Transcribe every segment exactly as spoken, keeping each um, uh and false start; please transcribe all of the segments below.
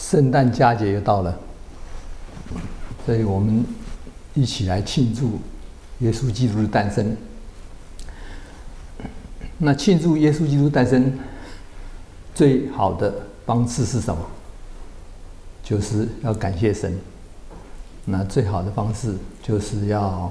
圣诞佳节又到了，所以我们一起来庆祝耶稣基督的诞生。那庆祝耶稣基督诞生最好的方式是什么？就是要感谢神。那最好的方式就是要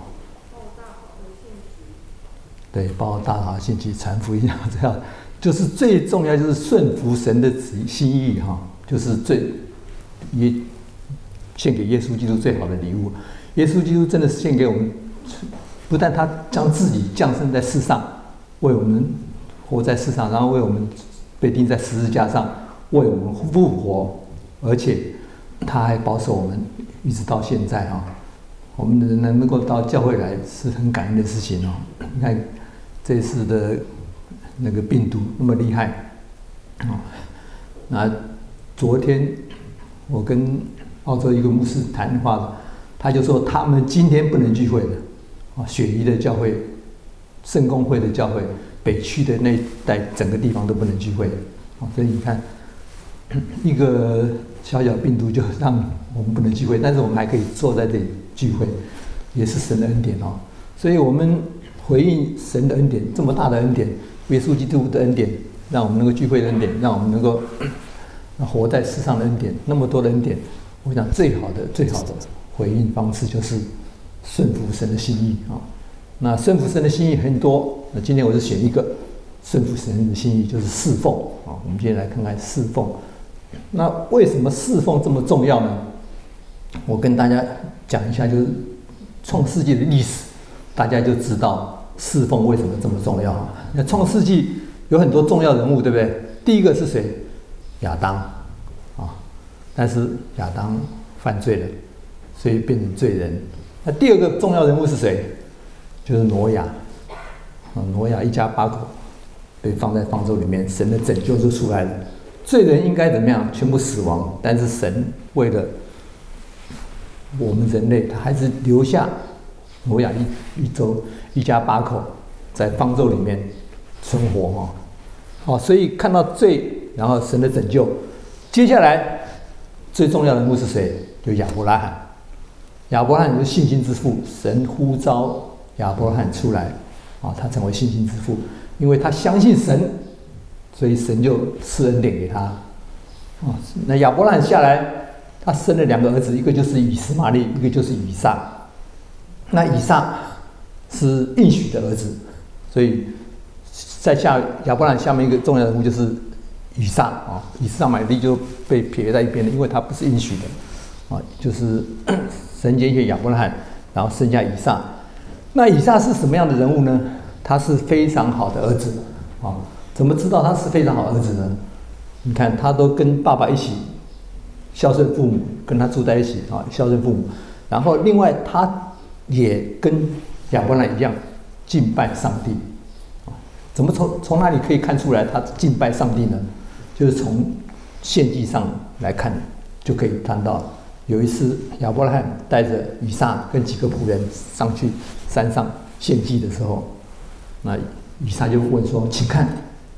对报大好信息、传福音，这样就是最重要，就是顺服神的心意哈，就是最也献给耶稣基督最好的礼物。耶稣基督真的是献给我们，不但他将自己降生在世上，为我们活在世上，然后为我们被钉在十字架上，为我们复活，而且他还保守我们一直到现在哈。我们能能够到教会来是很感恩的事情哦。你看这次的那个病毒那么厉害哦，那昨天我跟澳洲一个牧师谈话，他就说他们今天不能聚会的啊，雪梨的教会、圣公会的教会、北区的那一带整个地方都不能聚会啊，所以你看一个小小病毒就让我们不能聚会，但是我们还可以坐在这里聚会，也是神的恩典哦。所以我们回应神的恩典，这么大的恩典，耶稣基督的恩典，让我们能够聚会的恩典，让我们能够活在世上的恩典，那么多的恩典，我想最好的、最好的回应方式就是顺服神的心意啊。那顺服神的心意很多，那今天我就选一个顺服神的心意，就是侍奉啊。我们今天来看看侍奉。那为什么侍奉这么重要呢？我跟大家讲一下，就是创世纪的历史，大家就知道侍奉为什么这么重要啊。那创世纪有很多重要人物，对不对？第一个是谁？亚当啊，但是亚当犯罪了，所以变成罪人。那第二个重要人物是谁？就是挪亚啊，挪亚一家八口被放在方舟里面，神的拯救就出来了。罪人应该怎么样？全部死亡，但是神为了我们人类，他还是留下挪亚一一周一家八口在方舟里面存活哈。好，所以看到罪，然后神的拯救，接下来最重要的人物是谁？就亚伯拉罕。亚伯拉罕就是信心之父，神呼召亚伯拉罕出来啊，他成为信心之父，因为他相信神，所以神就赐恩典给他。啊，那亚伯拉罕下来，他生了两个儿子，一个就是以实玛利，一个就是以撒。那以撒是应许的儿子，所以在下亚伯拉罕下面一个重要人物就是以撒啊，以实玛利就被撇在一边了，因为他不是应许的啊，就是神拣选亚伯拉罕，然后生下以撒。那以撒是什么样的人物呢？他是非常好的儿子啊。怎么知道他是非常好的儿子呢？你看，他都跟爸爸一起孝顺父母，跟他住在一起啊，孝顺父母。然后另外，他也跟亚伯拉罕一样敬拜上帝。怎么从从哪里可以看出来他敬拜上帝呢？就是从献祭上来看，就可以看到。有一次，亚伯拉罕带着以撒跟几个仆人上去山上献祭的时候，那以撒就问说：“请看，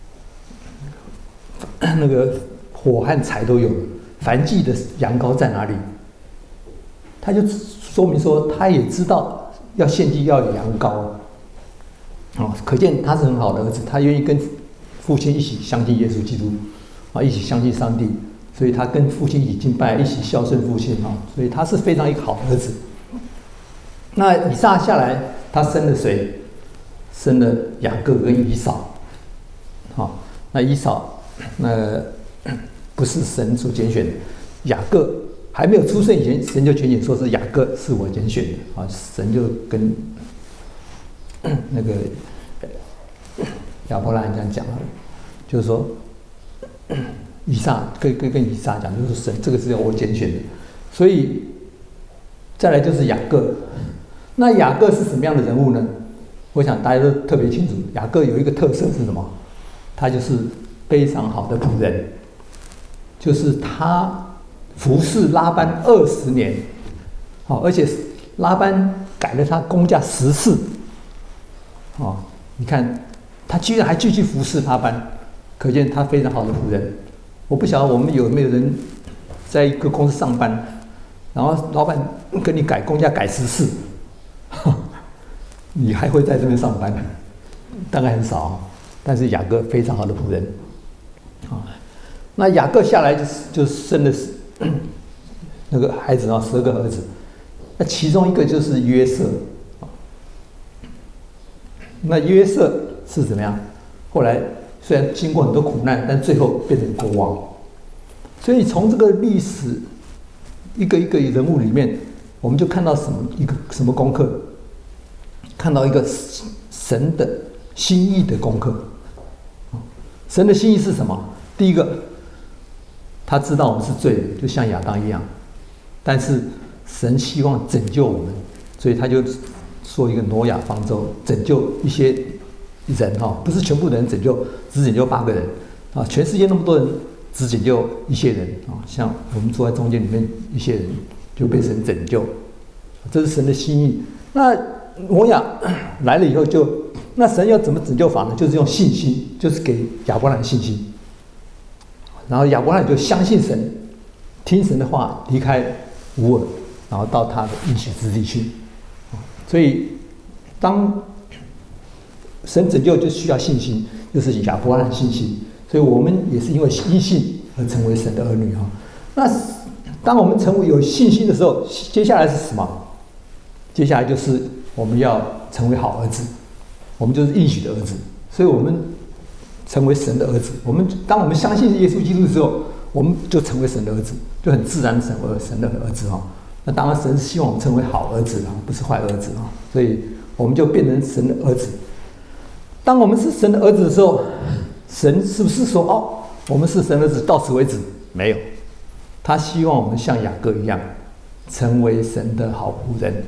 那个火和柴都有了，燔祭的羊羔在哪里？”他就说明说，他也知道要献祭要有羊羔，哦，可见他是很好的儿子，他愿意跟父亲一起相信耶稣基督，啊，一起相信上帝。所以他跟父亲一起敬拜，一起孝顺父亲啊，所以他是非常一个好的儿子。那以撒下来，他生了谁？生了雅各跟以扫。好，那以扫那不是神所拣选的，雅各还没有出生以前，神就拣选说是雅各是我拣选的啊，神就跟那个亚伯拉罕这样讲了，就是说。以撒跟跟跟以撒讲，就是神这个是要我拣选的，所以再来就是雅各。那雅各是什么样的人物呢？我想大家都特别清楚，雅各有一个特色是什么？他就是非常好的仆人，就是他服侍拉班二十年，好，而且拉班改了他工价十次，哦，你看他居然还继续服侍拉班，可见他非常好的仆人。我不晓得我们有没有人在一个公司上班，然后老板跟你改工价改十次，你还会在这边上班？大概很少。但是雅各非常好的仆人，啊，那雅各下来就就生了那个孩子啊，十二个儿子，那其中一个就是约瑟。那约瑟是怎么样？后来虽然经过很多苦难，但最后变成国王。所以从这个历史一个一个人物里面，我们就看到什么一个什么功课？看到一个神的心意的功课。神的心意是什么？第一个，他知道我们是罪人，就像亚当一样，但是神希望拯救我们，所以他就说一个挪亚方舟，拯救一些人哈，不是全部人拯救，只拯救八个人啊，全世界那么多人，只拯救一些人啊，像我们坐在中间里面一些人就被神拯救，这是神的心意。那挪亚来了以后就。那神要怎么拯救法呢？就是用信心，就是给亚伯兰信心。然后亚伯兰就相信神，听神的话，离开乌尔，然后到他的应许之地去。所以，当神拯救就需要信心，就是亚伯兰信心。所以我们也是因为因信而成为神的儿女哈。那当我们成为有信心的时候，接下来是什么？接下来就是我们要成为好儿子。我们就是应许的儿子，所以我们成为神的儿子。我们当我们相信耶稣基督之后，我们就成为神的儿子，就很自然成为神的儿子哈。那当然，神是希望我们成为好儿子啊，不是坏儿子啊。所以我们就变成神的儿子。当我们是神的儿子的时候，神是不是说哦，我们是神的儿子，到此为止？没有，他希望我们像雅各一样，成为神的好仆人。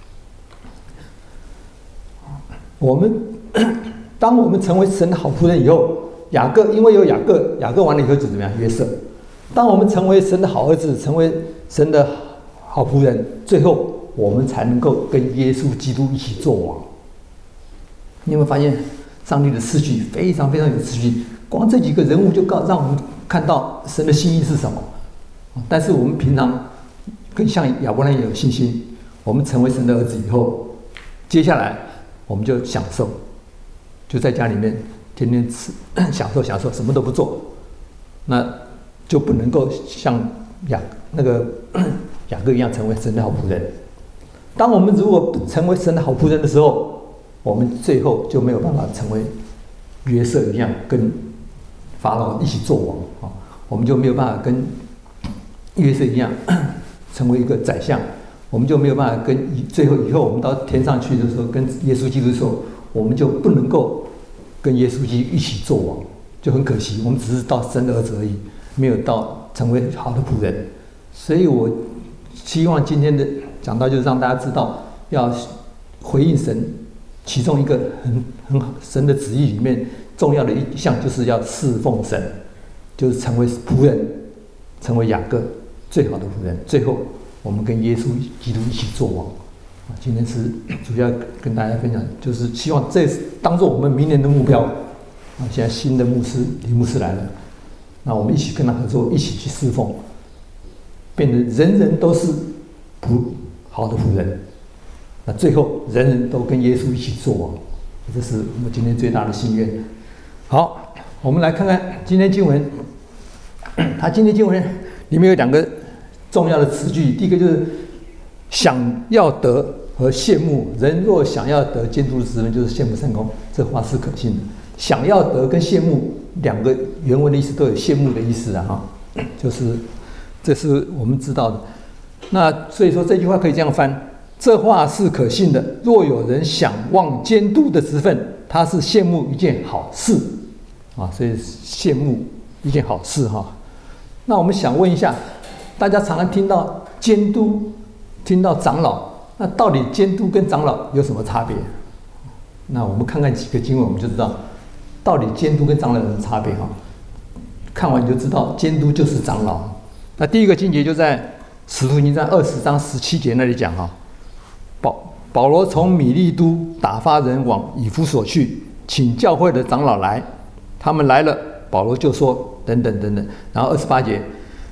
我们当我们成为神的好仆人以后，雅各因为有雅各，雅各完了以后就怎么样？约瑟。当我们成为神的好儿子，成为神的好仆人，最后我们才能够跟耶稣基督一起做王。你有没有发现，上帝的次序非常非常有次序？光这几个人物就告让我们看到神的心意是什么。但是我们平常更像亚伯兰也有信心，我们成为神的儿子以后，接下来。我们就享受，就在家里面天天吃，享受享受，什么都不做，那就不能够像雅那个雅各一样成为神的好仆人。当我们如果成为神的好仆人的时候，我们最后就没有办法成为约瑟一样跟法老一起做王啊，我们就没有办法跟约瑟一样成为一个宰相。我们就没有办法跟最后以后我们到天上去的时候，跟耶稣基督的时候，我们就不能够跟耶稣基督一起做王，就很可惜。我们只是到神的儿子而已，没有到成为好的仆人。所以我希望今天的讲到就是让大家知道，要回应神，其中一个很很好神的旨意里面重要的一项就是要侍奉神，就是成为仆人，成为雅各最好的仆人，最后。我们跟耶稣基督一起做王啊！今天是主要跟大家分享，就是希望这当做我们明年的目标啊！现在新的牧师李牧师来了，那我们一起跟他合作，一起去侍奉，变得人人都是仆好的仆人。那最后人人都跟耶稣一起做王，这是我们今天最大的心愿。好，我们来看看今天经文，他今天经文里面有两个。重要的词句，第一个就是想要得和羡慕。人若想要得监督的职分，就是羡慕三公。这话是可信的。想要得跟羡慕两个原文的意思都有羡慕的意思啊，哈，就是这是我们知道的。那所以说这句话可以这样翻：这话是可信的。若有人想望监督的职分，他是羡慕一件好事啊，所以羡慕一件好事哈。那我们想问一下。大家常常听到监督，听到长老，那到底监督跟长老有什么差别？那我们看看几个经文，我们就知道到底监督跟长老有什么差别哈。看完你就知道，监督就是长老。那第一个经节就在《使徒行传》二十章十七节那里讲哈，保保罗从米利都打发人往以弗所去，请教会的长老来，他们来了，保罗就说等等等等。然后二十八节。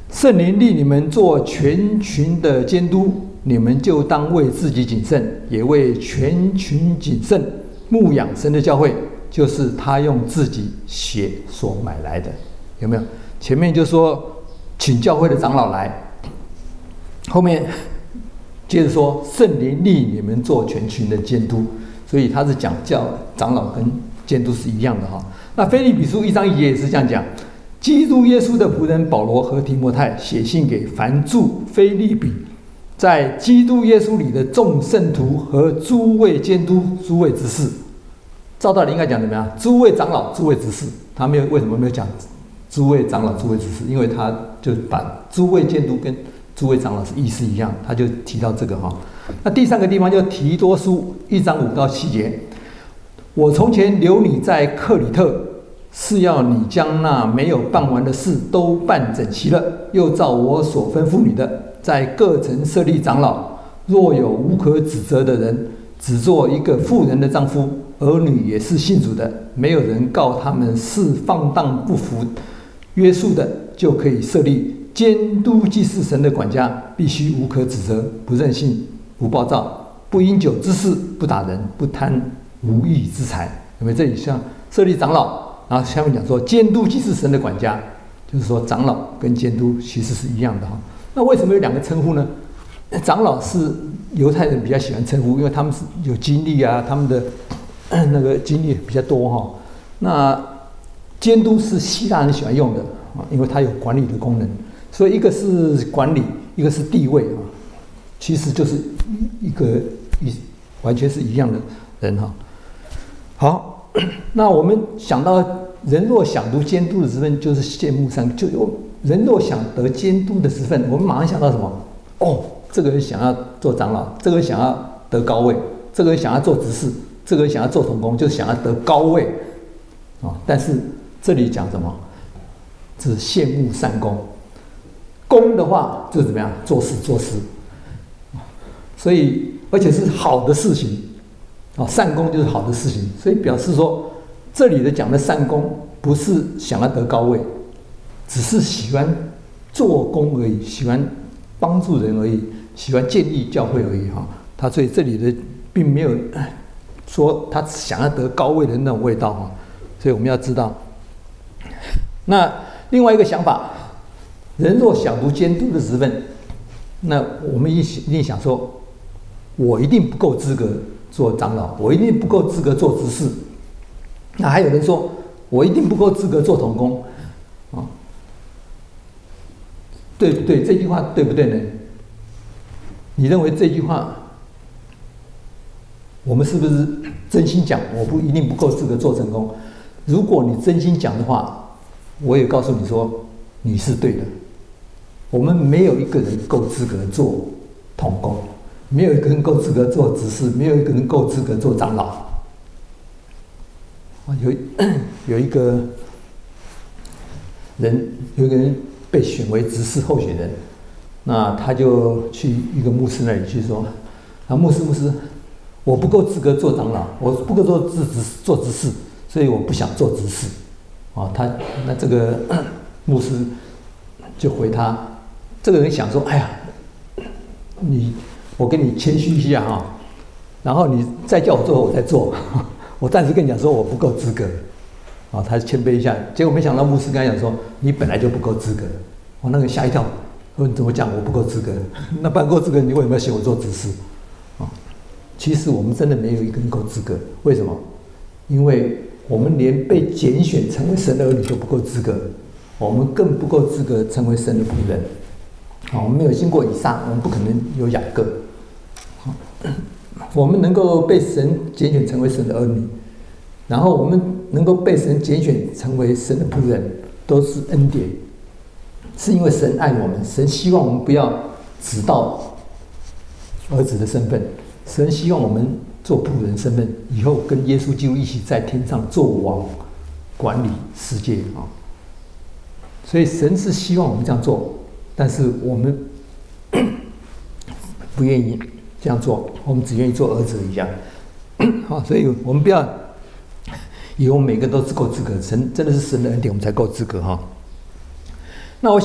圣灵立你们做全群的监督，你们就当为自己谨慎，也为全群谨慎，牧养神的教会，就是他用自己血所买来的。有没有？前面就说请教会的长老来，后面接着说圣灵立你们做全群的监督，所以他是讲教长老跟监督是一样的哈。那腓立比书一章一节也是这样讲。基督耶稣的仆人保罗和提摩太写信给凡住腓立比，在基督耶稣里的众圣徒和诸位监督、诸位执事。照道理应该讲怎么样？诸位长老、诸位执事，他没有为什么没有讲诸位长老、诸位执事？因为他就把诸位监督跟诸位长老是意思一样，他就提到这个哈。那第三个地方就提多书一章五到七节，我从前留你在克里特，是要你将那没有办完的事都办整齐了，又照我所吩咐你的，在各城设立长老。若有无可指责的人，只做一个妇人的丈夫，儿女也是信主的，没有人告他们是放荡不服约束的，就可以设立。监督既是神的管家，必须无可指责，不任性，不暴躁，不饮酒之事，不打人，不贪无义之财。有没有？这里像设立长老。然后下面讲说，监督既是神的管家，就是说长老跟监督其实是一样的哈。那为什么有两个称呼呢？长老是犹太人比较喜欢称呼，因为他们是有经历啊，他们的那个经历比较多哈。那监督是希腊人喜欢用的啊，因为它有管理的功能，所以一个是管理，一个是地位啊，其实就是一个一完全是一样的人哈。好。那我们想到人若想读监督的职分，就是羡慕上，就有人若想得监督的职分，我们马上想到什么？哦，这个人想要做长老，这个人想要得高位，这个人想要做执事，这个人想要做同工，就是想要得高位啊、哦。但是这里讲什么？是羡慕善功，功的话就是怎么样？做事做事，所以而且是好的事情。哦，善功就是好的事情，所以表示说，这里的讲的善功不是想要得高位，只是喜欢做工而已，喜欢帮助人而已，喜欢建立教会而已哈。他所以这里的并没有说他想要得高位的那种味道哈。所以我们要知道，那另外一个想法，人若想读监督的职分，那我们一一定想说，我一定不够资格做长老，我一定不够资格做执事。那还有人说，我一定不够资格做同工，啊、哦，对不对？这句话对不对呢？你认为这句话，我们是不是真心讲？我不一定不够资格做成功。如果你真心讲的话，我也告诉你说，你是对的。我们没有一个人够资格做同工。没有一个人够资格做执事，没有一个人够资格做长老。有有一个人，有一个人被选为执事候选人，那他就去一个牧师那里去说：“啊，牧师，牧师，我不够资格做长老，我不够做执做执事，所以我不想做执事。”啊，他那这个牧师就回他，这个人想说：“哎呀，你。”我跟你谦虚一下哈，然后你再叫我做，我再做。我暂时跟你讲说我不够资格，啊，他谦卑一下。结果没想到牧师跟他讲说，你本来就不够资格。我那个吓一跳，说你怎么讲我不够资格？那不然够资格，你为什么要写我做执事？啊，其实我们真的没有一个人够资格。为什么？因为我们连被拣选成为神的儿女都不够资格，我们更不够资格成为神的仆人。好，我们没有经过以撒，我们不可能有雅各。我们能够被神拣选成为神的儿女，然后我们能够被神拣选成为神的仆人，都是恩典，是因为神爱我们，神希望我们不要只到儿子的身份，神希望我们做仆人身份，以后跟耶稣基督一起在天上做王，管理世界啊。所以神是希望我们这样做，但是我们不愿意这样做，我们只愿意做儿子一样。好，所以我们不要以为我们每个都是够资格，神真的是神的恩典，我们才够资格哈。那我想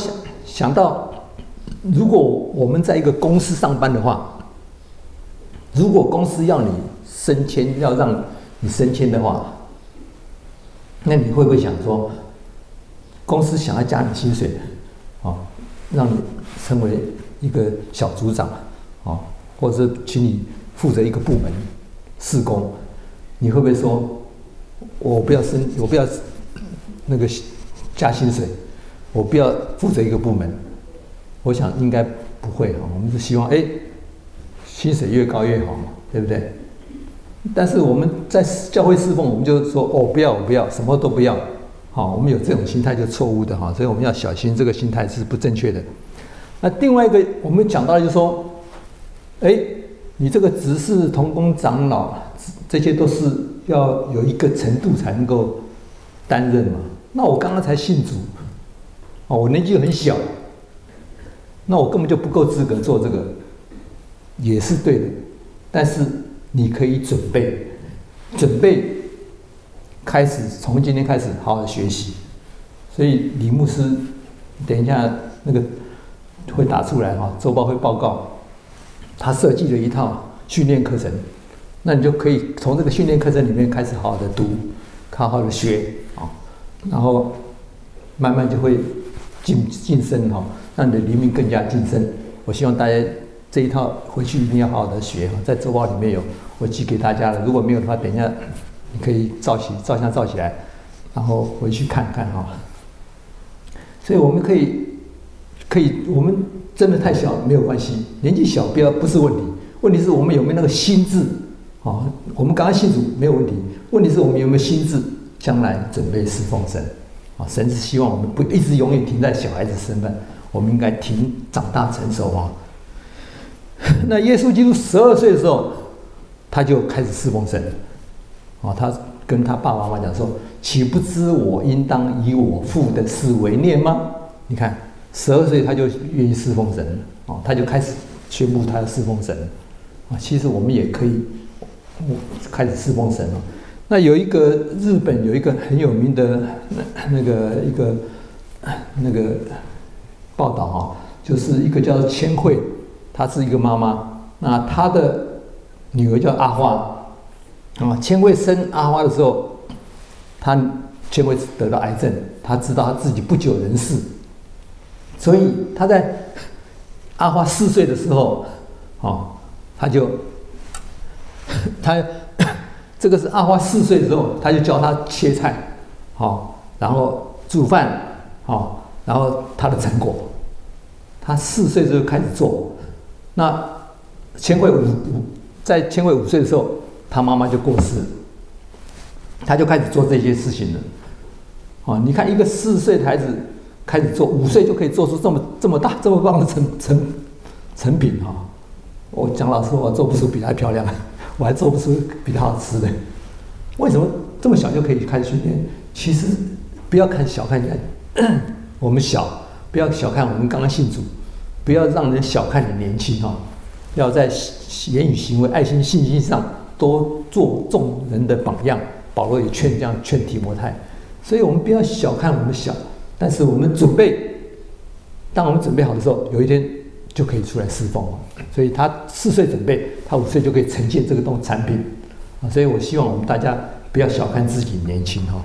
想到，如果我们在一个公司上班的话，如果公司要你升迁，要让你升迁的话，那你会不会想说，公司想要加你薪水，哦，让你成为一个小组长，哦，或者是请你负责一个部门事工，你会不会说，我不要升，我不要那个加薪水，我不要负责一个部门？我想应该不会哈，我们是希望哎，薪水越高越好嘛，对不对？但是我们在教会侍奉，我们就说哦，不要，我不要，什么都不要。好，我们有这种心态就错误的哈，所以我们要小心，这个心态是不正确的。那另外一个，我们讲到就是说，哎，你这个执事、同工、长老，这些都是要有一个程度才能够担任嘛。那我刚刚才信主，哦，我年纪很小，那我根本就不够资格做这个，也是对的。但是你可以准备，准备开始从今天开始好好学习。所以李牧师等一下那个会打出来哈，周报会报告，他设计了一套训练课程，那你就可以从这个训练课程里面开始好好的读，好好的学啊，然后慢慢就会晋晋升哈，让你的灵命更加晋升。我希望大家这一套回去一定要好好的学哈，在周报里面有我寄给大家了，如果没有的话，等一下你可以照起照相照起来，然后回去看看哈。所以我们可以可以，我们真的太小没有关系，年纪小不要不是问题，问题是我们有没有那个心智啊？我们刚刚信主没有问题，问题是我们有没有心智，将来准备侍奉神啊？神是希望我们不一直永远停在小孩子身份，我们应该停长大成熟啊。那耶稣基督十二岁的时候，他就开始侍奉神啊，他跟他爸爸妈妈讲说：“岂不知我应当以我父的事为念吗？”你看，十二岁他就愿意侍奉神啊，他就开始宣布他要侍奉神啊。其实我们也可以开始侍奉神了。那有一个日本有一个很有名的那个一个那个报道哈，就是一个叫千惠，她是一个妈妈，那她的女儿叫阿花啊。千惠生阿花的时候，她千惠得到癌症，她知道她自己不久人世，所以她在阿花四岁的时候，哦，她就她这个是阿花四岁的时候，她就教她切菜，好，然后煮饭，好，然后她的成果，她四岁就开始做。那千惠五五在千惠五岁的时候，她妈妈就过世了，她就开始做这些事情了。哦，你看一个四岁的孩子开始做，五岁就可以做出这么这么大、这么棒的成成成品哈、哦！我讲老实话，我做不出比她漂亮，我还做不出比她好吃的。为什么这么小就可以开始训练？其实不要看小看我们小，不要小看我们刚刚信主，不要让人小看你年轻哈、哦。要在言语行为、爱心、信心上多做众人的榜样。保罗也劝这样劝提摩太，所以我们不要小看我们小，但是我们准备，当我们准备好的时候，有一天就可以出来侍奉了。所以他四岁准备，他五岁就可以呈现这个东产品啊。所以我希望我们大家不要小看自己年轻哈。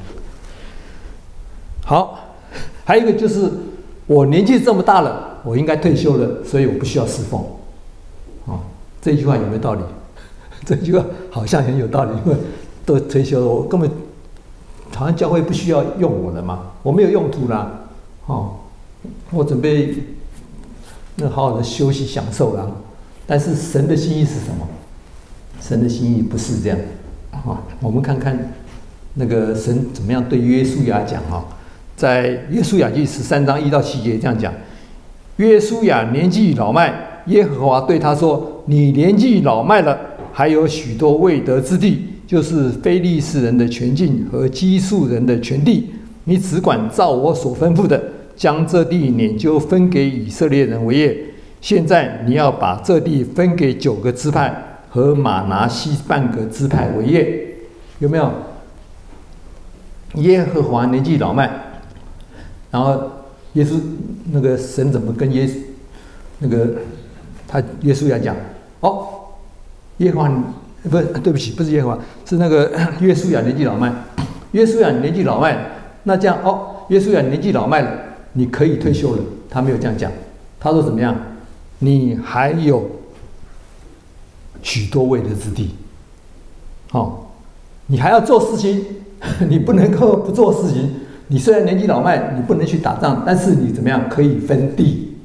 好，还有一个就是我年纪这么大了，我应该退休了，所以我不需要侍奉。啊，这句话有没有道理？这句话好像很有道理，因为都退休了，我根本好像教会不需要用我了嘛，我没有用途啦，哦，我准备那好好的休息享受啦。但是神的心意是什么？神的心意不是这样啊。我们看看那个神怎么样对约书亚讲啊，在约书亚记十三章一到七节这样讲：约书亚年纪老迈，耶和华对他说：“你年纪老迈了，还有许多未得之地，就是非利士人的全境和基述人的全地，你只管照我所吩咐的，将这地撵就分给以色列人为业。现在你要把这地分给九个支派和马拿西半个支派为业。”有没有？耶和华年纪老迈，然后耶稣那个神怎么跟耶那个他耶稣亚讲？哦，耶和华，不是，对不起，不是耶和华，是那个约书亚年纪老迈。约书亚年纪老迈，那这样哦，约书亚年纪老迈了，你可以退休了。他没有这样讲，他说怎么样？你还有许多未得之地，哦，你还要做事情，你不能够不做事情。你虽然年纪老迈，你不能去打仗，但是你怎么样可以分地？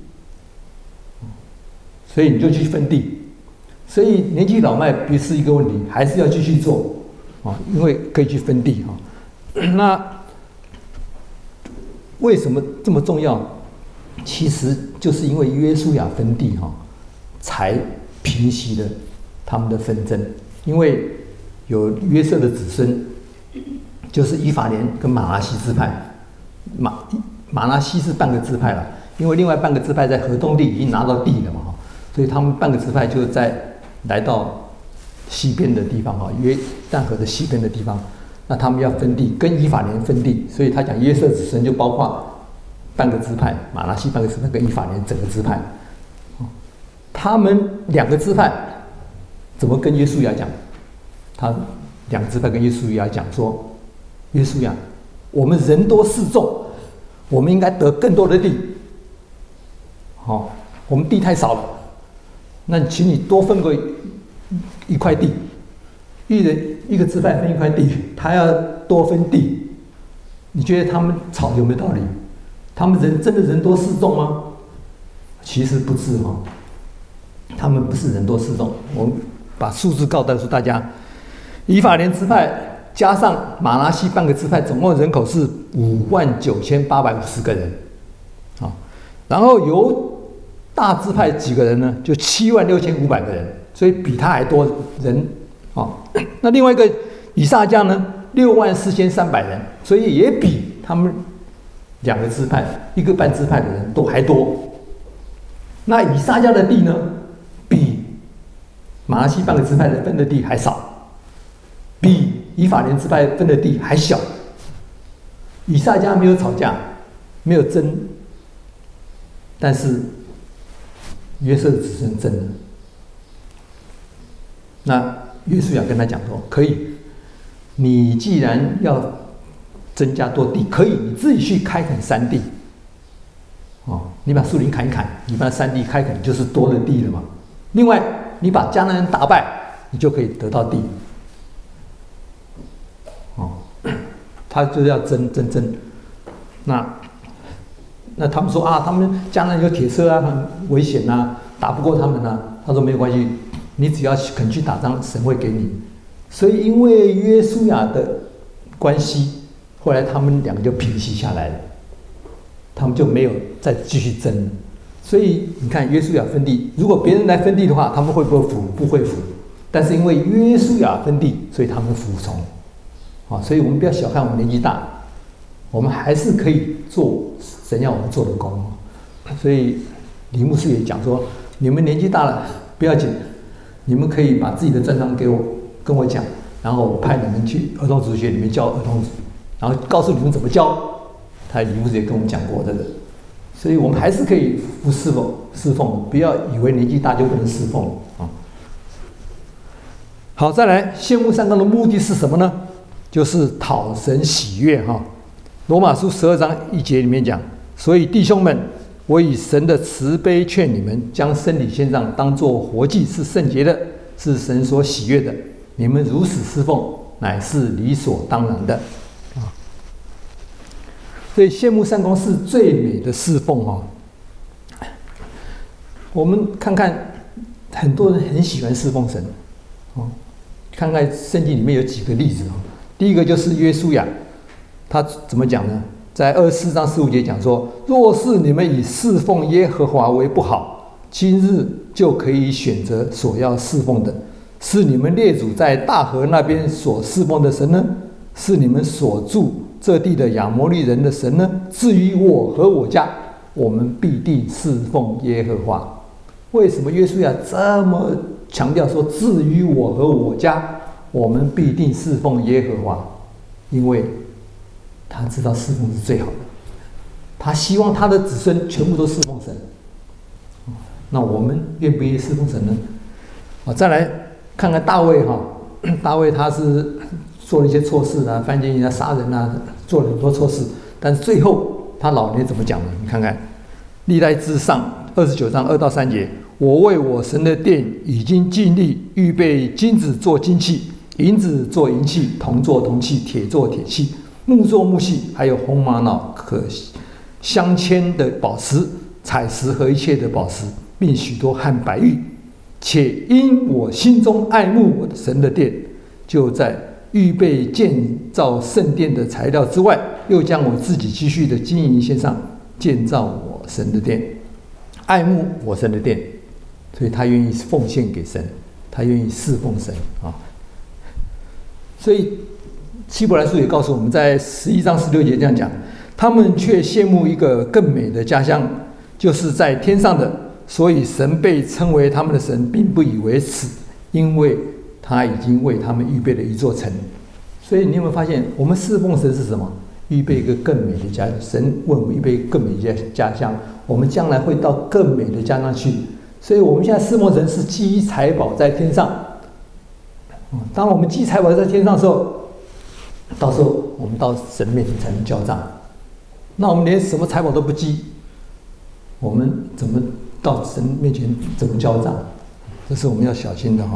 所以你就去分地。所以年纪老迈不是一个问题，还是要继续做啊，因为可以去分地哈。那为什么这么重要？其实就是因为约书亚分地哈，才平息了他们的纷争。因为有约瑟的子孙，就是以法莲跟马拿西支派。马马拿西是半个支派了，因为另外半个支派在河东地已经拿到地了嘛，所以他们半个支派就在来到西边的地方哈，约旦河的西边的地方。那他们要分地，跟以法莲分地，所以他讲约瑟子孙就包括半个支派，马拿西半个支派跟以法莲整个支派。他们两个支派怎么跟约书亚讲？他两个支派跟约书亚讲说：约书亚，我们人多势众，我们应该得更多的地。好、哦，我们地太少了，那请你多分个一块地。一人一个支派分一块地，他要多分地，你觉得他们吵有没有道理？他们人真的人多势众吗？其实不是哈，他们不是人多势众。我们把数字告诉大家，以法莲支派加上马拿西半个支派，总共人口是五万九千八百五十个人，啊，然后由大支派几个人呢？就七万六千五百个人，所以比他还多人。哦，那另外一个以撒迦呢，六万四千三百人，所以也比他们两个支派、一个半支派的人都还多。那以撒迦的地呢，比马拿西半个支派的分的地还少，比以法莲支派分的地还小。以撒迦没有吵架，没有争，但是约瑟的子孙争了。那约书亚跟他讲说：“可以，你既然要增加多地，可以你自己去开垦山地。哦，你把树林砍一砍，你把山地开垦，就是多了地了嘛。另外，你把迦南人打败，你就可以得到地。哦，他就是要争争争。那那他们说啊，他们迦南有铁车啊，很危险啊，打不过他们啊。他说没有关系。”你只要肯去打仗，神会给你。所以因为约书亚的关系，后来他们两个就平息下来了，他们就没有再继续争了。所以你看，约书亚分地，如果别人来分地的话，他们会不会服？不会服。但是因为约书亚分地，所以他们服从。啊，所以我们不要小看我们年纪大，我们还是可以做神要我们做的工。所以李牧师也讲说，你们年纪大了不要紧。你们可以把自己的专长给我，跟我讲，然后我派你们去儿童主学里面教儿童，然后告诉你们怎么教。他李牧师也跟我们讲过这个，所以我们还是可以不侍奉侍奉，不要以为年纪大就不能侍奉啊。好，再来，羡慕善功的目的是什么呢？就是讨神喜悦哈。罗马书十二章一节里面讲，所以弟兄们。我以神的慈悲劝你们，将身体献上，当作活祭，是圣洁的，是神所喜悦的。你们如此侍奉，乃是理所当然的。啊，所以羡慕善功是最美的侍奉哦。我们看看，很多人很喜欢侍奉神，哦，看看圣经里面有几个例子哦。第一个就是约书亚，他怎么讲呢？在二十四章十五节讲说：若是你们以侍奉耶和华为不好，今日就可以选择所要侍奉的，是你们列祖在大河那边所侍奉的神呢，是你们所住这地的亚摩利人的神呢？至于我和我家，我们必定侍奉耶和华。为什么约书亚这么强调说，至于我和我家，我们必定侍奉耶和华？因为他知道侍奉是最好的， 他希望他的子孙全部都侍奉神。那我们愿不愿意侍奉神呢？啊，再来看看大卫哈，大卫他是做了一些错事啊，犯奸淫啊、杀人啊，做了很多错事，但是最后他老年怎么讲呢？你看看《历代志上》二十九章二到三节：我为我神的殿已经尽力预备金子做金器，银子做银器，铜做铜器，铁做铁器，木做木器，还有红玛瑙可镶嵌的宝石、彩石和一切的宝石，并许多汉白玉。且因我心中爱慕我的神的殿，就在预备建造圣殿的材料之外，又将我自己积蓄的金银献上，建造我神的殿，爱慕我神的殿，所以他愿意奉献给神，他愿意侍奉神啊。所以希伯来书也告诉我们，在十一章十六节这样讲：他们却羡慕一个更美的家乡，就是在天上的。所以神被称为他们的神，并不以为耻，因为他已经为他们预备了一座城。所以你有没有发现，我们侍奉神是什么？预备一个更美的家。神为我们预备一个更美的家乡，我们将来会到更美的家乡去。所以我们现在侍奉神是积财宝在天上。当我们积财宝在天上的时候，到时候我们到神面前才能交账。那我们连什么财宝都不积，我们怎么到神面前怎么交账？这是我们要小心的哈。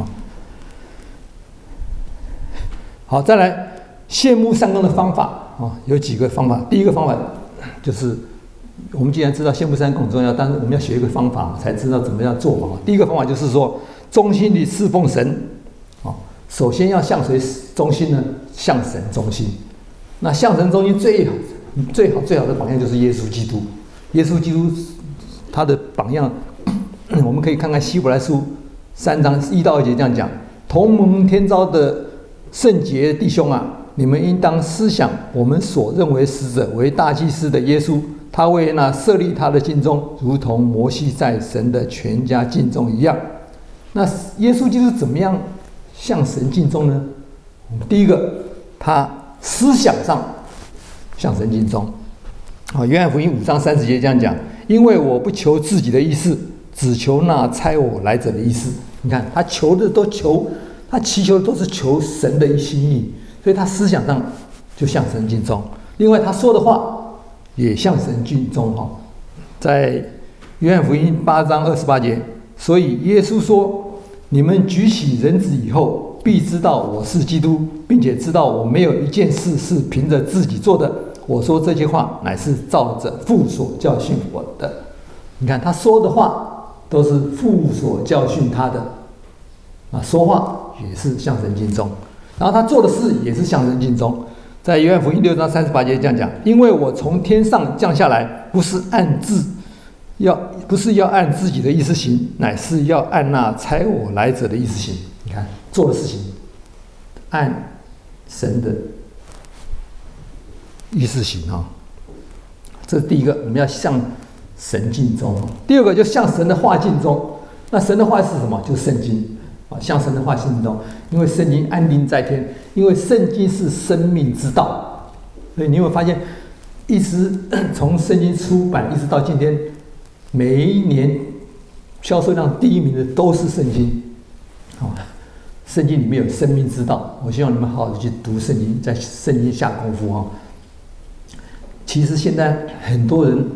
好，再来羡慕善功的方法啊，有几个方法。第一个方法就是，我们既然知道羡慕善功很重要，但是我们要学一个方法，才知道怎么样做嘛。第一个方法就是说，忠心地侍奉神啊。首先要向谁忠心呢？向神忠心。那向神忠心最好、最好、最好的榜样就是耶稣基督。耶稣基督他的榜样，我们可以看看希伯来书三章一到二节这样讲：同蒙天召的圣洁弟兄啊，你们应当思想我们所认为使者为大祭司的耶稣，他为那设立他的尽忠，如同摩西在神的全家尽忠一样。那耶稣基督怎么样向神尽忠呢？第一个，他思想上向神尽忠。啊，约翰福音五章三十节这样讲：因为我不求自己的意思，只求那差我来者的意思。你看，他求的都求，他祈求的都是求神的心意，所以他思想上就向神尽忠。另外，他说的话也向神尽忠。哈，在约翰福音八章二十八节，所以耶稣说：你们举起人子以后，必知道我是基督，并且知道我没有一件事是凭着自己做的。我说这些话，乃是照着父所教训我的。你看他说的话都是父所教训他的，啊，说话也是向神尽忠，然后他做的事也是向神尽忠。在约翰福音六章三十八节这样讲：因为我从天上降下来，不是按自要不是要按自己的意思行，乃是要按那差我来者的意思行。你看做的事情，按神的意思行哈，这是第一个，我们要向神尽忠。第二个就向神的话尽忠。那神的话是什么？就是圣经啊，向神的话尽忠。因为圣经安定在天，因为圣经是生命之道。所以你有没有发现，一直从圣经出版一直到今天，每一年销售量第一名的都是圣经。好，圣经里面有生命之道，我希望你们好好的去读圣经，在圣经下功夫哈。其实现在很多人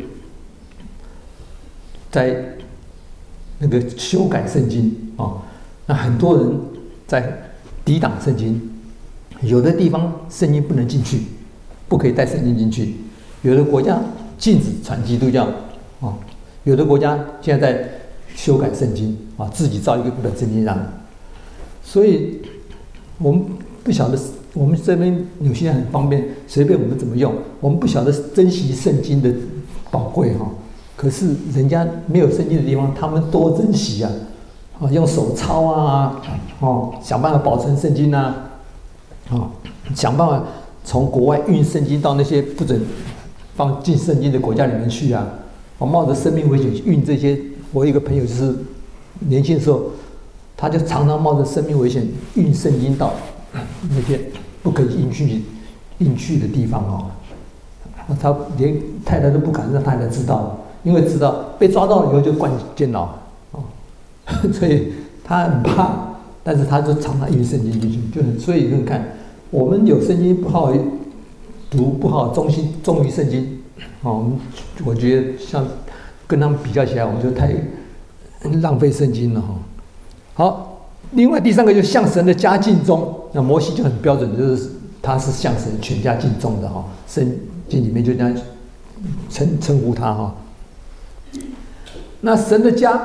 在那个修改圣经啊，那很多人在抵挡圣经，有的地方圣经不能进去，不可以带圣经进去；有的国家禁止传基督教啊，有的国家现在在修改圣经啊，自己造一个本圣经上。所以我们不晓得。我们这边有些人很方便，随便我们怎么用，我们不晓得珍惜圣经的宝贵哈。可是人家没有圣经的地方，他们多珍惜啊！啊，用手抄啊，哦，想办法保存圣经啊，哦，想办法从国外运圣经到那些不准放进圣经的国家里面去啊！我冒着生命危险运这些。我有一个朋友就是年轻的时候，他就常常冒着生命危险运圣经到那些不可以运去运去的地方哦。 他连太太都不敢让太太知道，因为知道被抓到了以后就关监牢哦，所以他很怕，但是他就常常印圣经进去，就很所以你看，我们有圣经不好读，不好忠心忠于圣经哦，我觉得像跟他们比较起来，我们就太浪费圣经了哈。好，另外第三个就是向神的家敬忠，那摩西就很标准，就是他是向神全家敬忠的哈，圣经里面就这样称称呼他哈。那神的家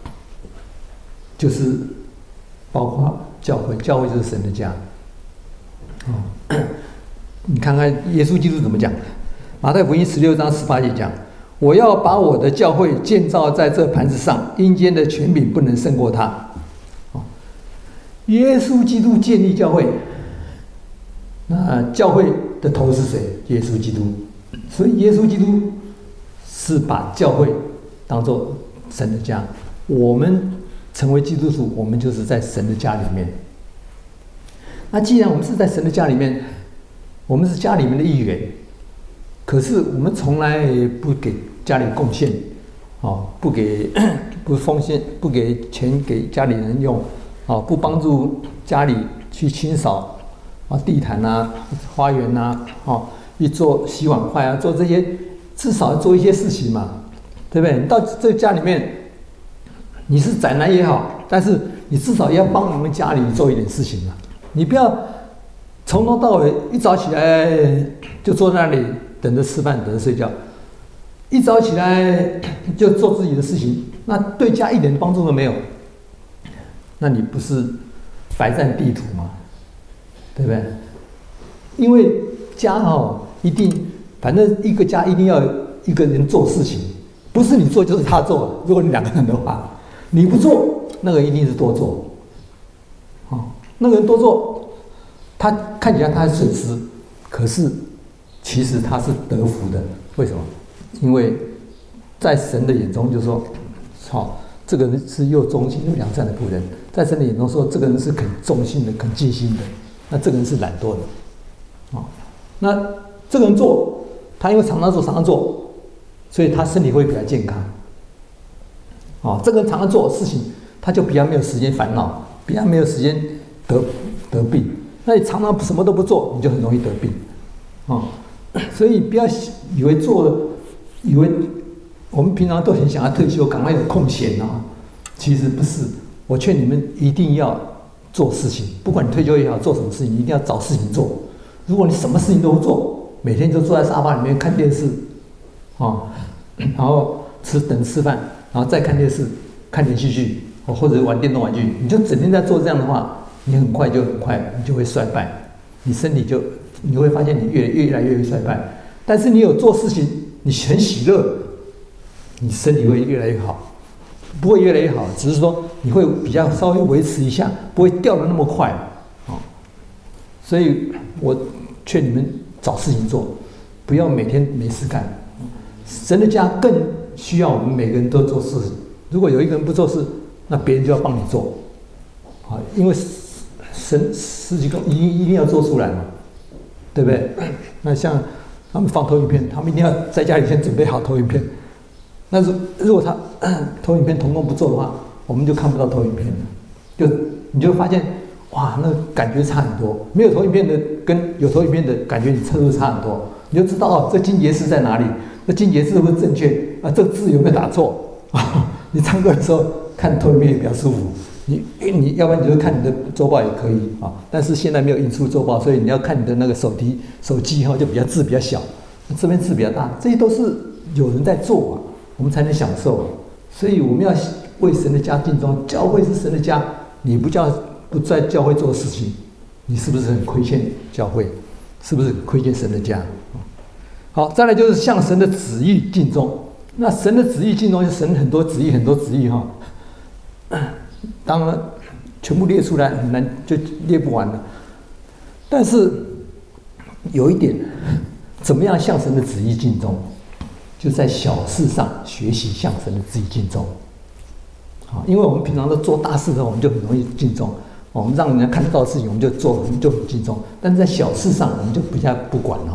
就是包括教会，教会就是神的家。哦，你看看耶稣基督怎么讲？马太福音十六章十八节讲：“我要把我的教会建造在这盘子上，阴间的权柄不能胜过它。”哦，耶稣基督建立教会，那教会的头是谁？耶稣基督。所以耶稣基督是把教会当作神的家。我们成为基督徒，我们就是在神的家里面。那既然我们是在神的家里面，我们是家里面的一员，可是我们从来不给家里贡献，哦，不给不奉献，不给钱给家里人用，哦，不帮助家里去清扫啊地毯啊、花园啊，哦，去做洗碗筷啊，做这些，至少做一些事情嘛，对不对？你到这家里面，你是宅男也好，但是你至少要帮我们家里做一点事情嘛。你不要从头到尾一早起来就坐在那里等着吃饭，等着睡觉，一早起来就做自己的事情，那对家一点帮助都没有。那你不是白占地图吗？对不对？因为家哦，一定反正一个家一定要一个人做事情，不是你做就是他做。如果你两个人的话，你不做，那个一定是多做。哦，那个人多做，他看起来他是损失，可是其实他是得福的。为什么？因为在神的眼中就说，好、哦，这个人是又忠心又良善的仆人。在神的眼中说，这个人是肯忠心的、肯尽心的。那这个人是懒惰的。哦，那这个人做，他因为常常做、常常做，所以他身体会比较健康。哦，这个人常常做事情，他就比较没有时间烦恼，比较没有时间得得病。那你常常什么都不做，你就很容易得病。哦，所以不要以为做了，以为我们平常都很想要退休，赶快有空闲啊。其实不是，我劝你们一定要做事情，不管你退休也好，做什么事情，你一定要找事情做。如果你什么事情都不做，每天就坐在沙发里面看电视，哦，然后吃等吃饭，然后再看电视、看连续剧，或者玩电动玩具，你就整天在做这样的话，你很快就很快你就会衰败，你身体就你会发现你越越来越衰败。但是你有做事情，你很喜乐，你身体会越来越好，不会越来越好，只是说你会比较稍微维持一下，不会掉得那么快，哦。所以我劝你们找事情做，不要每天没事干。神的家更需要我们每个人都做事。如果有一个人不做事，那别人就要帮你做，啊，因为神十几个一定一定要做出来嘛，对不对？那像他们放投影片，他们一定要在家里先准备好投影片。那如如果他投影片同工不做的话，我们就看不到投影片了，就你就发现哇，那感觉差很多。没有投影片的跟有投影片的感觉，你程度差很多。你就知道哦，这经节是在哪里？这经节是不是正确啊？这个字有没有打错啊？你唱歌的时候看投影片也比较舒服。你你要不然你就看你的周报也可以啊，但是现在没有印出周报，所以你要看你的那个手提手机哈，就比较字比较小，这边字比较大，这些都是有人在做啊，我们才能享受啊。所以我们要为神的家敬忠，教会是神的家，你不叫不在教会做事情，你是不是很亏欠教会？是不是亏欠神的家？好，再来就是向神的旨意敬忠。那神的旨意敬忠，神很多旨意，很多旨意哈。当然，全部列出来很难，就列不完了。但是有一点，怎么样向神的旨意敬忠？就在小事上学习向神的旨意敬忠。好，因为我们平常都做大事的，我们就很容易敬忠。我们让人家看得到的事情，我们就做，我们就很敬忠。但是在小事上，我们就比较不管哈。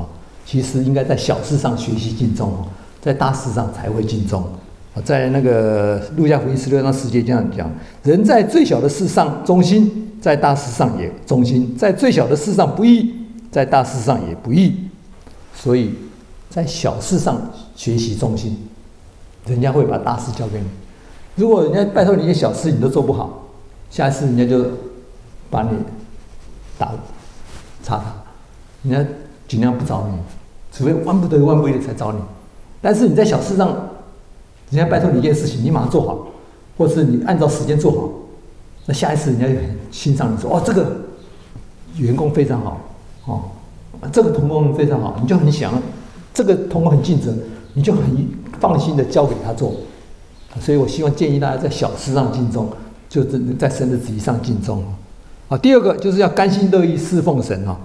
其实应该在小事上学习敬重，在大事上才会敬重。在那个路加福音十六章十节这样讲：人在最小的事上忠心，在大事上也忠心；在最小的事上不义，在大事上也不义。所以在小事上学习忠心，人家会把大事交给你。如果人家拜托你一些小事你都做不好，下一次人家就把你打查他，人家尽量不找你，除非万不得已万不得已才找你。但是你在小事上，人家拜托你一件事情，你马上做好，或是你按照时间做好，那下一次人家就很欣赏你说：“哦，这个员工非常好，哦，这个同工非常好。”你就很想，这个同工很尽责，你就很放心的交给他做。所以我希望建议大家在小事上敬重，就是在神的旨意上敬重。啊，第二个就是要甘心乐意侍奉神啊。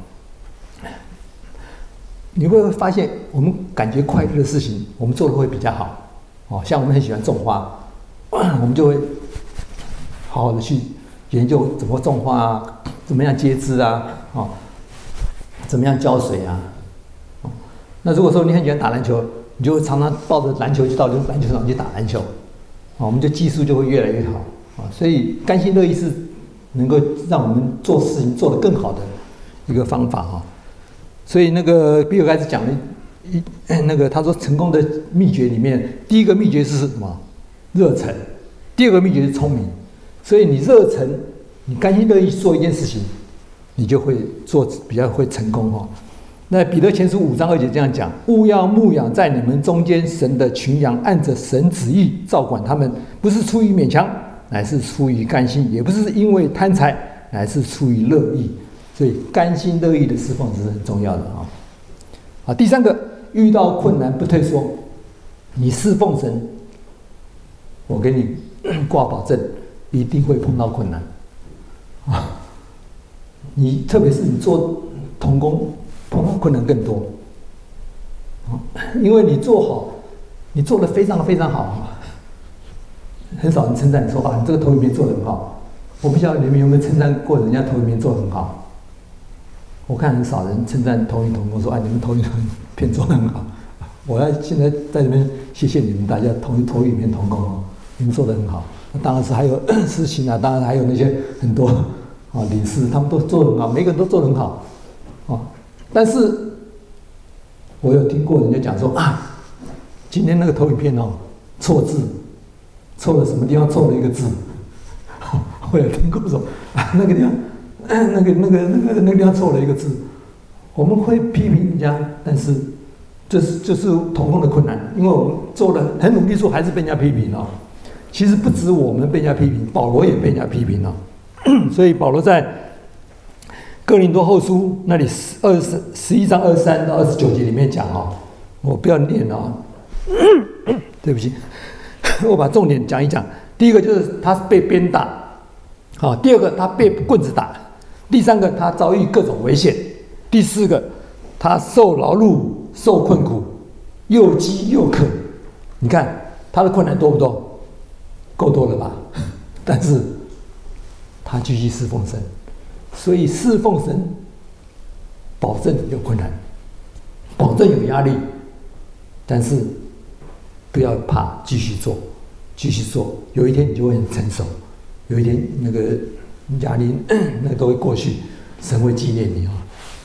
你会发现，我们感觉快乐的事情，我们做的会比较好。哦，像我们很喜欢种花，我们就会好好的去研究怎么种花啊，怎么样接枝啊，哦，怎么样浇水啊。哦，那如果说你很喜欢打篮球，你就常常抱着篮球就到篮球场去打篮球。哦，我们的技术就会越来越好。啊，所以甘心乐意是能够让我们做事情做得更好的一个方法哈。所以那个比尔盖茨讲了一那个他说成功的秘诀里面，第一个秘诀是什么？热忱。第二个秘诀是聪明。所以你热忱，你甘心乐意做一件事情，你就会做比较会成功哈。那彼得前书五章二节这样讲：务要牧养在你们中间神的群羊，按着神旨意照管他们，不是出于勉强，乃是出于甘心；也不是因为贪财，乃是出于乐意。所以甘心乐意的侍奉是很重要的啊。好，第三个，遇到困难不退缩。你侍奉神，我给你挂保证，一定会碰到困难啊。你特别是你做同工，碰到困难更多啊，因为你做好，你做得非常非常好，很少人称赞你说啊，你这个投影片做得很好。我不晓得你们有没有称赞过人家投影片做得很好。我看很少人称赞投影同工说：“哎，你们投影片做得很好。”我要现在在这边谢谢你们大家投投影片同工哦，你们做得很好。当然是还有事情啊，当然还有那些很多啊领事，他们都做得很好，每个人都做得很好啊。但是我有听过人家讲说啊，今天那个投影片哦错字，错了什么地方错了一个字。我有听过说啊那个地方。那个、那个、那个、那个地方错了一个字，我们会批评人家，但是这是就是同工的困难，因为我们做了很努力做，还是被人家批评哦。其实不止我们被人家批评，保罗也被人家批评了。所以保罗在哥林多后书那里二十十一章二十三到二十九节里面讲哦，我不要念哦，对不起，我把重点讲一讲。第一个就是他被鞭打，好，第二个他被棍子打。第三个，他遭遇各种危险；第四个，他受劳碌、受困苦，又饥又渴。你看他的困难多不多？够多了吧？但是他继续侍奉神，所以侍奉神，保证有困难，保证有压力，但是不要怕，继续做，继续做。有一天你就会很成熟，有一天那个。压力那个都会过去，神会纪念你啊。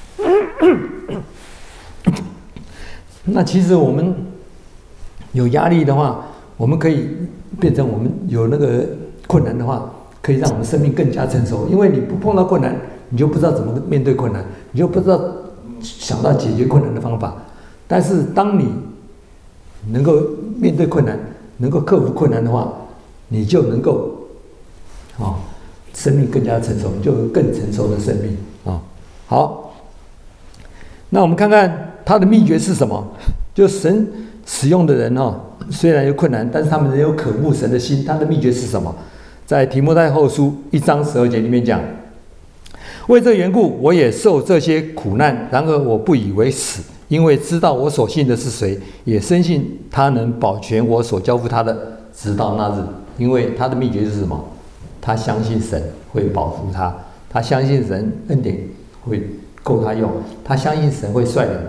那其实我们有压力的话，我们可以变成我们有那个困难的话，可以让我们生命更加成熟。因为你不碰到困难，你就不知道怎么面对困难，你就不知道想到解决困难的方法。但是当你能够面对困难，能够克服困难的话，你就能够啊。哦生命更加成熟，你就有更成熟的生命啊。好，那我们看看它的秘诀是什么？就神使用的人哦，虽然有困难，但是他们仍有渴慕神的心。他的秘诀是什么？在提摩太后书一章十二节里面讲：为这缘故，我也受这些苦难，然而我不以为耻，因为知道我所信的是谁，也深信他能保全我所交付他的，直到那日。因为他的秘诀是什么？他相信神会保护他，他相信神恩典会够他用，他相信神会率领他，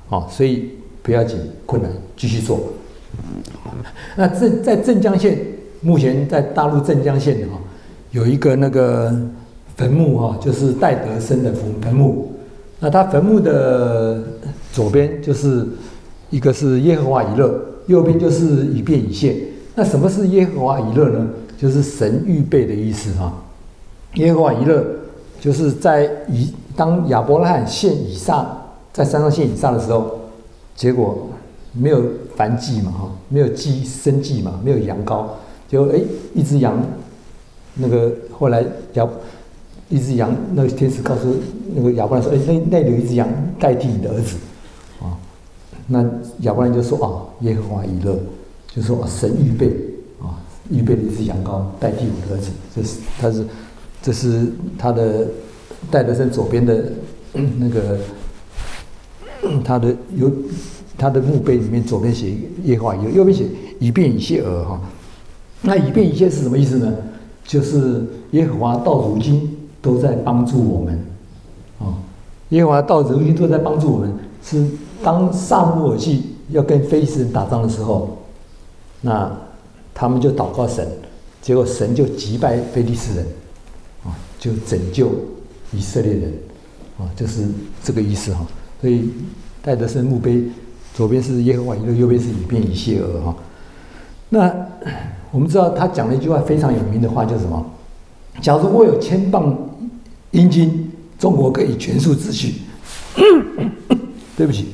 哦，所以不要紧，困难继续做。那镇在镇江县，目前在大陆镇江县哈、哦，有一个那个坟墓哈、哦，就是戴德生的坟墓。那他坟墓的左边就是一个是耶和华以勒，右边就是以便以谢。那什么是耶和华以勒呢？就是神预备的意思哈、哦。耶和华以勒就是在以当亚伯拉罕献以撒在山上献以撒的时候，结果没有燔祭嘛哈，没有祭生祭嘛，没有羊羔，结果哎一只羊，那个后来亚一只羊，那个天使告诉那个亚伯兰说，哎那那里有一只羊代替你的儿子，啊，那亚伯兰就说啊耶和华以勒，就说、啊、神预备啊预备了一只羊羔代替我的儿子，这是他是这是他的戴德生左边的那个他的有。他的墓碑里面左边写耶和华以勒，右边写以便以谢尔哈。那以便以谢是什么意思呢？就是耶和华到如今都在帮助我们啊。耶和华到如今都在帮助我们，是当撒母耳记要跟非利士人打仗的时候，那他们就祷告神，结果神就击败非利士人啊，就拯救以色列人啊，就是这个意思哈。所以戴德生墓碑。左边是耶和华以勒，右边是以便以谢尔哈。那我们知道他讲了一句话非常有名的话，就是什么？假如我有千磅阴金，中国可以全数秩序。对不起。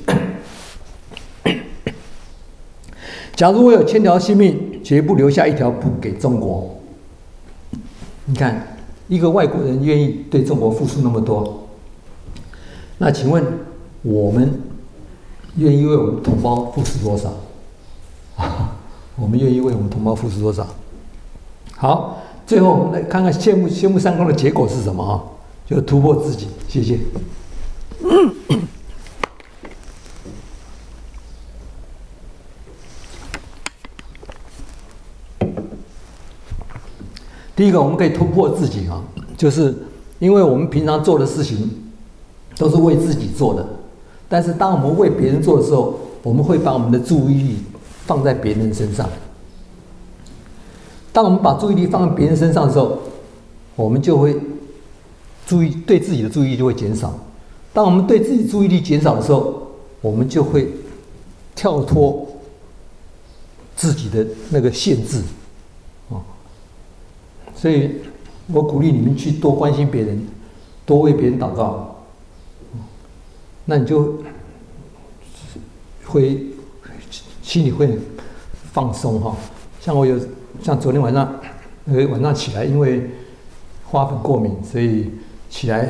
假如我有千条性命，绝不留下一条不给中国。你看，一个外国人愿意对中国付出那么多，那请问我们？愿意为我们同胞付出多少？啊，我们愿意为我们同胞付出多少？好，最后我们来看看谢幕谢幕三公的结果是什么啊？就突破自己。谢谢。第一个，我们可以突破自己啊，就是因为我们平常做的事情都是为自己做的。但是，当我们为别人做的时候，我们会把我们的注意力放在别人身上。当我们把注意力放在别人身上的时候，我们就会注意对自己的注意力就会减少。当我们对自己注意力减少的时候，我们就会跳脱自己的那个限制。哦，所以我鼓励你们去多关心别人，多为别人祷告。那你就会心里会很放松哈。像我有像昨天晚上，呃晚上起来，因为花粉过敏，所以起来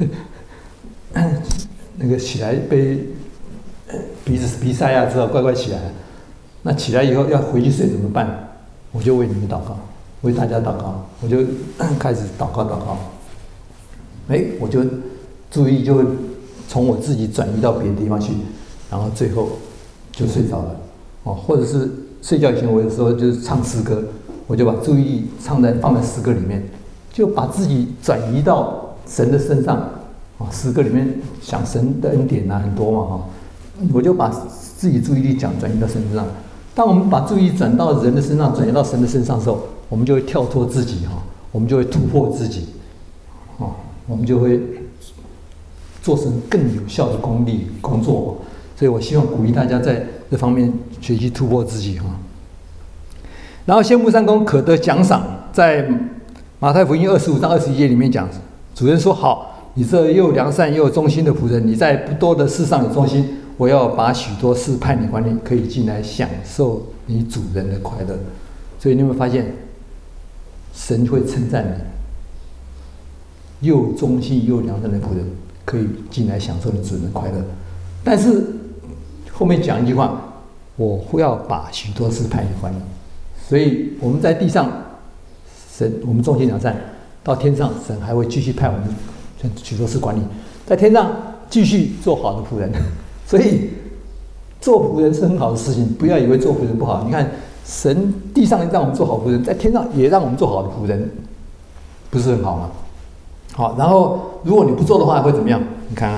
那个起来被鼻子鼻塞啊，之后乖乖起来。那起来以后要回去睡怎么办？我就为你们祷告，为大家祷告，我就开始祷告祷告。哎，我就注意就会。从我自己转移到别的地方去，然后最后就睡着了，哦，或者是睡觉以前，我有时候就是唱诗歌，我就把注意力唱在放在诗歌里面，就把自己转移到神的身上，啊，诗歌里面想神的恩典啊很多嘛哈，我就把自己注意力讲转移到神身上。当我们把注意力转到人的身上，转移到神的身上的时候，我们就会跳脱自己哈，我们就会突破自己，哦，我们就会。做成更有效的功力工作，所以我希望鼓励大家在这方面学习突破自己哈。然后谢幕三公可得奖赏，在马太福音二十五章二十一节里面讲，主人说：“好，你这又良善又忠心的仆人，你在不多的事上有忠心，我要把许多事派你管理，可以进来享受你主人的快乐。”所以你有没有发现，神会称赞你，又忠心又良善的仆人。可以进来享受你主人的快乐，但是后面讲一句话，我会要把许多事派你管理。所以我们在地上，神我们忠心良善；到天上，神还会继续派我们许多事管理，在天上继续做好的仆人。所以做仆人是很好的事情，不要以为做仆人不好。你看，神地上让我们做好仆人，在天上也让我们做好的仆人，不是很好吗？好，然后如果你不做的话会怎么样？你看啊，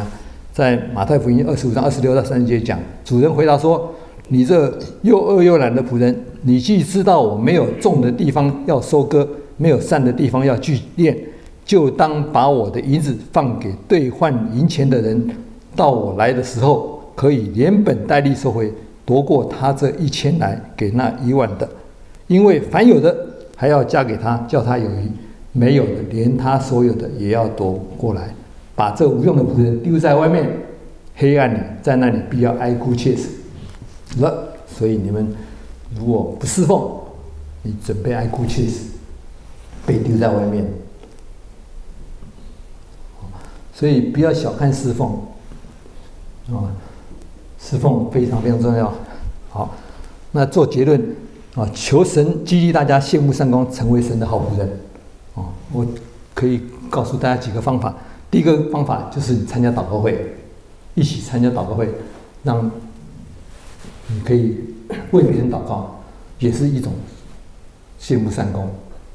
在马太福音二十五章二十六到三十节讲，主人回答说：“你这又饿又懒的仆人，你既知道我没有种的地方要收割，没有善的地方要聚敛，就当把我的银子放给兑换银钱的人，到我来的时候，可以连本带利收回，夺过他这一千来给那一万的。因为凡有的还要加给他，叫他有余；没有的，连他所有的也要夺过来。把这无用的仆人丢在外面黑暗里，在那里必要哀哭切齿了。所以你们如果不侍奉，你准备哀哭切齿，被丢在外面。所以不要小看侍奉啊，侍奉非常非常重要。好，那做结论啊，求神激励大家羡慕善工，成为神的好仆人。啊，我可以告诉大家几个方法。第一个方法就是你参加祷告会，一起参加祷告会，让你可以为别人祷告，也是一种羡慕善工。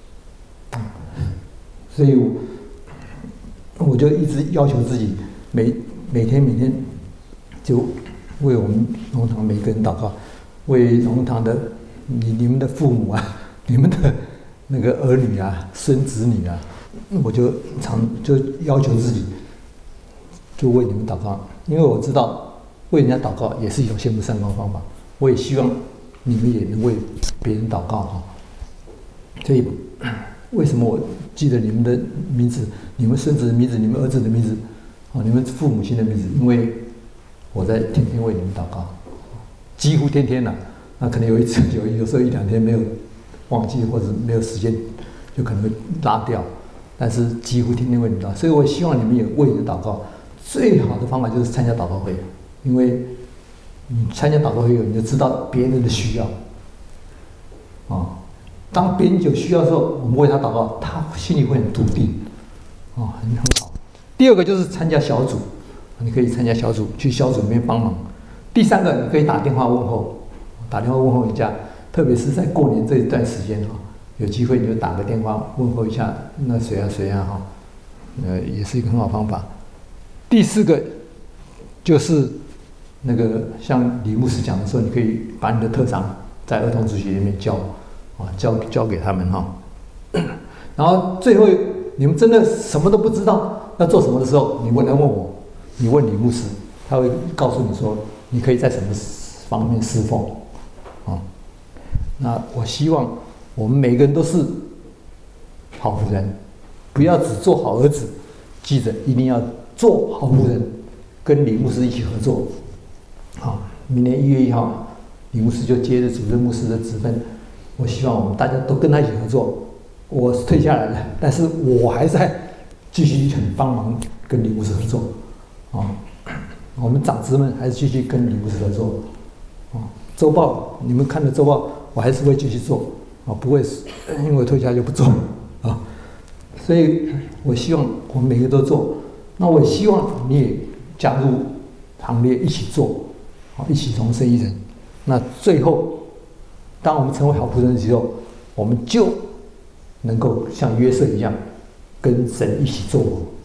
所以我，我就一直要求自己，每每天每天就为我们龙堂每个人祷告，为龙堂的你你们的父母啊，你们的那个儿女啊、孙子女啊。我就常就要求自己，就为你们祷告，因为我知道为人家祷告也是一种羡慕善工的方法。我也希望你们也能为别人祷告哈。所以，为什么我记得你们的名字、你们孙子的名字、你们儿子的名字、啊，你们父母亲的名字？因为我在天天为你们祷告，几乎天天了、啊。那可能有一次有有时候一两天没有忘记，或者没有时间，就可能会拉掉。但是几乎天天为你们祷告，所以我希望你们也为你的祷告。最好的方法就是参加祷告会，因为你参加祷告会，你就知道别人的需要。啊、哦，当别人有需要的时候，我们为他祷告，他心里会很笃定，啊、哦，很很好。第二个就是参加小组，你可以参加小组，去小组里面帮忙。第三个，你可以打电话问候，打电话问候人家，特别是在过年这一段时间啊。有机会你就打个电话问候一下，那谁啊谁啊哈，呃，也是一个很好方法。第四个就是那个像李牧师讲的时候，你可以把你的特长在儿童主学里面教啊，教教给他们哈。然后最后你们真的什么都不知道要做什么的时候，你问来问我，你问李牧师，他会告诉你说你可以在什么方面侍奉啊。那我希望。我们每个人都是好仆人，不要只做好儿子，记着一定要做好仆人，跟李牧师一起合作。好，明年一月一号，李牧师就接着主任牧师的职分。我希望我们大家都跟他一起合作。我是退下来了，但是我还在继续很帮忙跟李牧师合作。啊，我们长子们还是继续跟李牧师合作。啊，周报你们看的周报，我还是会继续做。啊，不会，因为我退下就不做了啊，所以我希望我们每个都做。那我也希望你也加入行列，一起做，啊，一起同生一人。那最后，当我们成为好仆人的时候，我们就能够像约瑟一样，跟神一起做。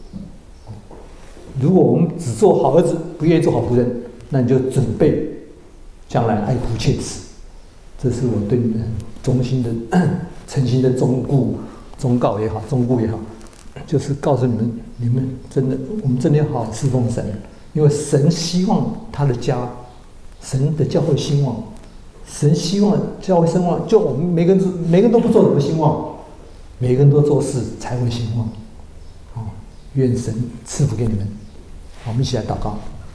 如果我们只做好儿子，不愿意做好仆人，那你就准备将来哀哭切齿。这是我对你们衷心的、诚心的忠顾、忠告也好，忠顾也好，就是告诉你们，你们真的，我们真的要好好侍奉神，因为神希望他的家，神的教会兴旺，神希望教会兴旺，就我们每个人每个人都不做怎么兴旺？每个人都做事才会兴旺。哦，愿神赐福给你们。好，我们一起来祷告。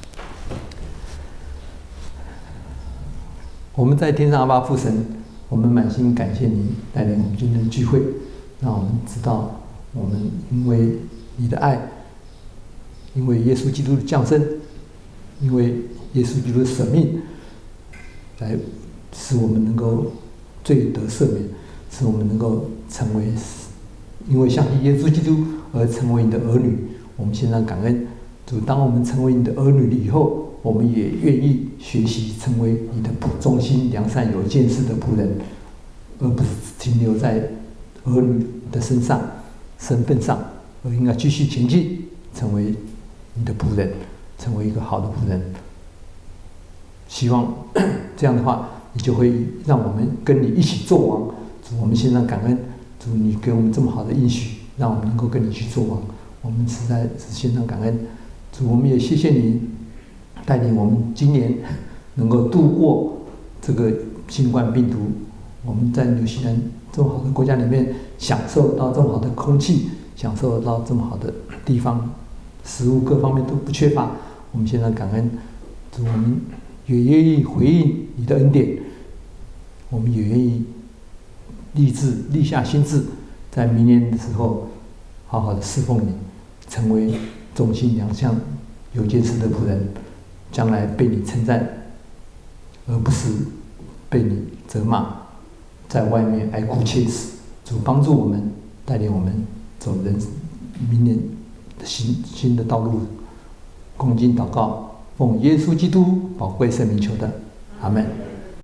我们在天上阿爸父神，我们满心感谢你带领我们今天的聚会，让我们知道，我们因为你的爱，因为耶稣基督的降生，因为耶稣基督的舍命，来使我们能够罪得赦免，使我们能够成为，因为相信耶稣基督而成为你的儿女。我们献上感恩，主，当我们成为你的儿女了以后，我们也愿意学习成为你的忠心、良善、有见识的仆人，而不是停留在儿女的身上、身份上，而应该继续前进，成为你的仆人。 成为一个好的仆人。希望这样的话，你就会让我们跟你一起做王。主，我们献上感恩，主，你给我们这么好的应许，让我们能够跟你去做王。我们实在是献上感恩。主，我们也谢谢你带领我们今年能够度过这个新冠病毒。我们在纽西兰这么好的国家里面，享受到这么好的空气，享受到这么好的地方，食物各方面都不缺乏。我们献上感恩。主，我们也愿意回应你的恩典，我们也愿意立志立下心志，在明年的时候好好的侍奉你，成为忠心良善、有节制的仆人，将来被你称赞，而不是被你责骂，在外面哀哭切齿。主帮助我们，带领我们走人明年的新新的道路。恭敬祷告，奉耶稣基督宝贵圣名求的，阿们。